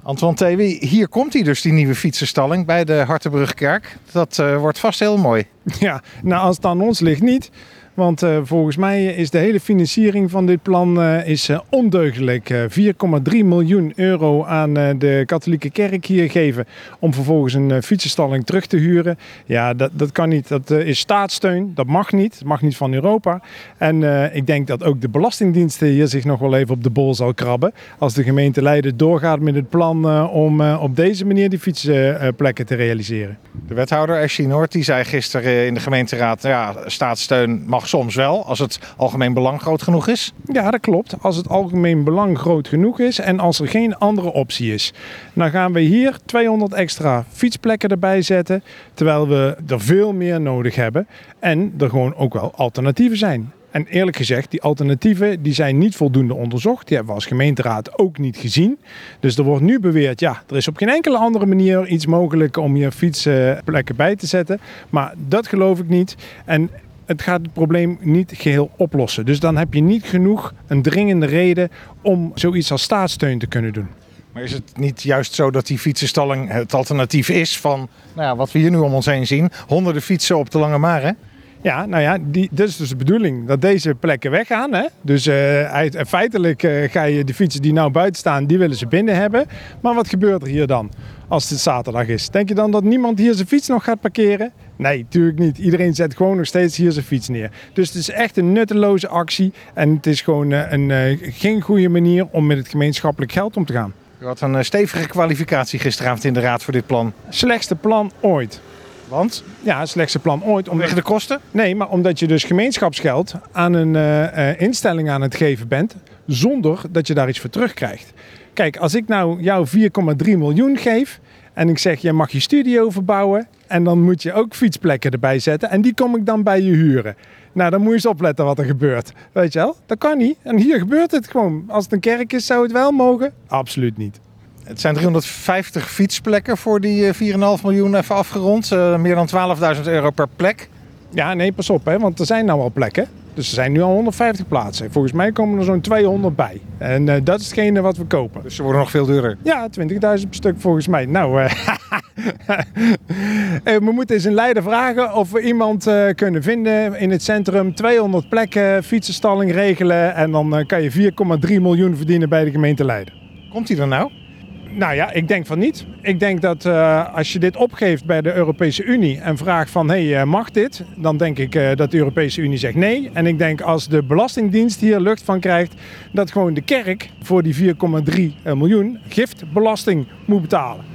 Antoine Thewy, hier komt hij dus, die nieuwe fietsenstalling bij de Hartenbrugkerk. Dat wordt vast heel mooi. Ja, nou als het aan ons ligt niet. Want volgens mij is de hele financiering van dit plan ondeugdelijk. 4,3 miljoen euro aan de katholieke kerk hier geven om vervolgens een fietsenstalling terug te huren. Ja, dat kan niet. Dat is staatssteun. Dat mag niet. Dat mag niet van Europa. En ik denk dat ook de Belastingdienst hier zich nog wel even op de bol zal krabben. Als de gemeente Leiden doorgaat met het plan om op deze manier die fietsplekken te realiseren. De wethouder Ashley Noord die zei gisteren in de gemeenteraad, ja, staatssteun mag soms wel, als het algemeen belang groot genoeg is. Ja, dat klopt. Als het algemeen belang groot genoeg is en als er geen andere optie is. Dan gaan we hier 200 extra fietsplekken erbij zetten, terwijl we er veel meer nodig hebben. En er gewoon ook wel alternatieven zijn. En eerlijk gezegd, die alternatieven die zijn niet voldoende onderzocht. Die hebben we als gemeenteraad ook niet gezien. Dus er wordt nu beweerd, ja, er is op geen enkele andere manier iets mogelijk om hier fietsplekken bij te zetten. Maar dat geloof ik niet. En het gaat het probleem niet geheel oplossen. Dus dan heb je niet genoeg een dringende reden om zoiets als staatssteun te kunnen doen. Maar is het niet juist zo dat die fietsenstalling het alternatief is van wat we hier nu om ons heen zien? Honderden fietsen op de Lange Mare? Ja, nou ja, dat is dus de bedoeling, dat deze plekken weggaan. Hè? Dus feitelijk ga je de fietsen die nou buiten staan, die willen ze binnen hebben. Maar wat gebeurt er hier dan als het zaterdag is? Denk je dan dat niemand hier zijn fiets nog gaat parkeren? Nee, natuurlijk niet. Iedereen zet gewoon nog steeds hier zijn fiets neer. Dus het is echt een nutteloze actie en het is gewoon geen goede manier om met het gemeenschappelijk geld om te gaan. U had een stevige kwalificatie gisteravond in de raad voor dit plan. Slechtste plan ooit. Want? Ja, het slechtste plan ooit. Vanwege de kosten? Nee, maar omdat je dus gemeenschapsgeld aan een instelling aan het geven bent, zonder dat je daar iets voor terugkrijgt. Kijk, als ik nou jou 4,3 miljoen geef en ik zeg, je mag je studio verbouwen en dan moet je ook fietsplekken erbij zetten en die kom ik dan bij je huren. Nou, dan moet je eens opletten wat er gebeurt. Weet je wel? Dat kan niet. En hier gebeurt het gewoon. Als het een kerk is, zou het wel mogen? Absoluut niet. Het zijn 350 fietsplekken voor die 4,5 miljoen even afgerond. Meer dan 12.000 euro per plek. Ja, nee, pas op, hè, want er zijn nou al plekken. Dus er zijn nu al 150 plaatsen. Volgens mij komen er zo'n 200 bij. En dat is hetgene wat we kopen. Dus ze worden nog veel duurder? Ja, 20.000 per stuk volgens mij. Nou, we moeten eens in Leiden vragen of we iemand kunnen vinden in het centrum. 200 plekken, fietsenstalling regelen. En dan kan je 4,3 miljoen verdienen bij de gemeente Leiden. Komt die er nou? Nou ja, ik denk van niet. Ik denk dat als je dit opgeeft bij de Europese Unie en vraagt van mag dit? Dan denk ik dat de Europese Unie zegt nee. En ik denk als de Belastingdienst hier lucht van krijgt, dat gewoon de kerk voor die 4,3 miljoen giftbelasting moet betalen.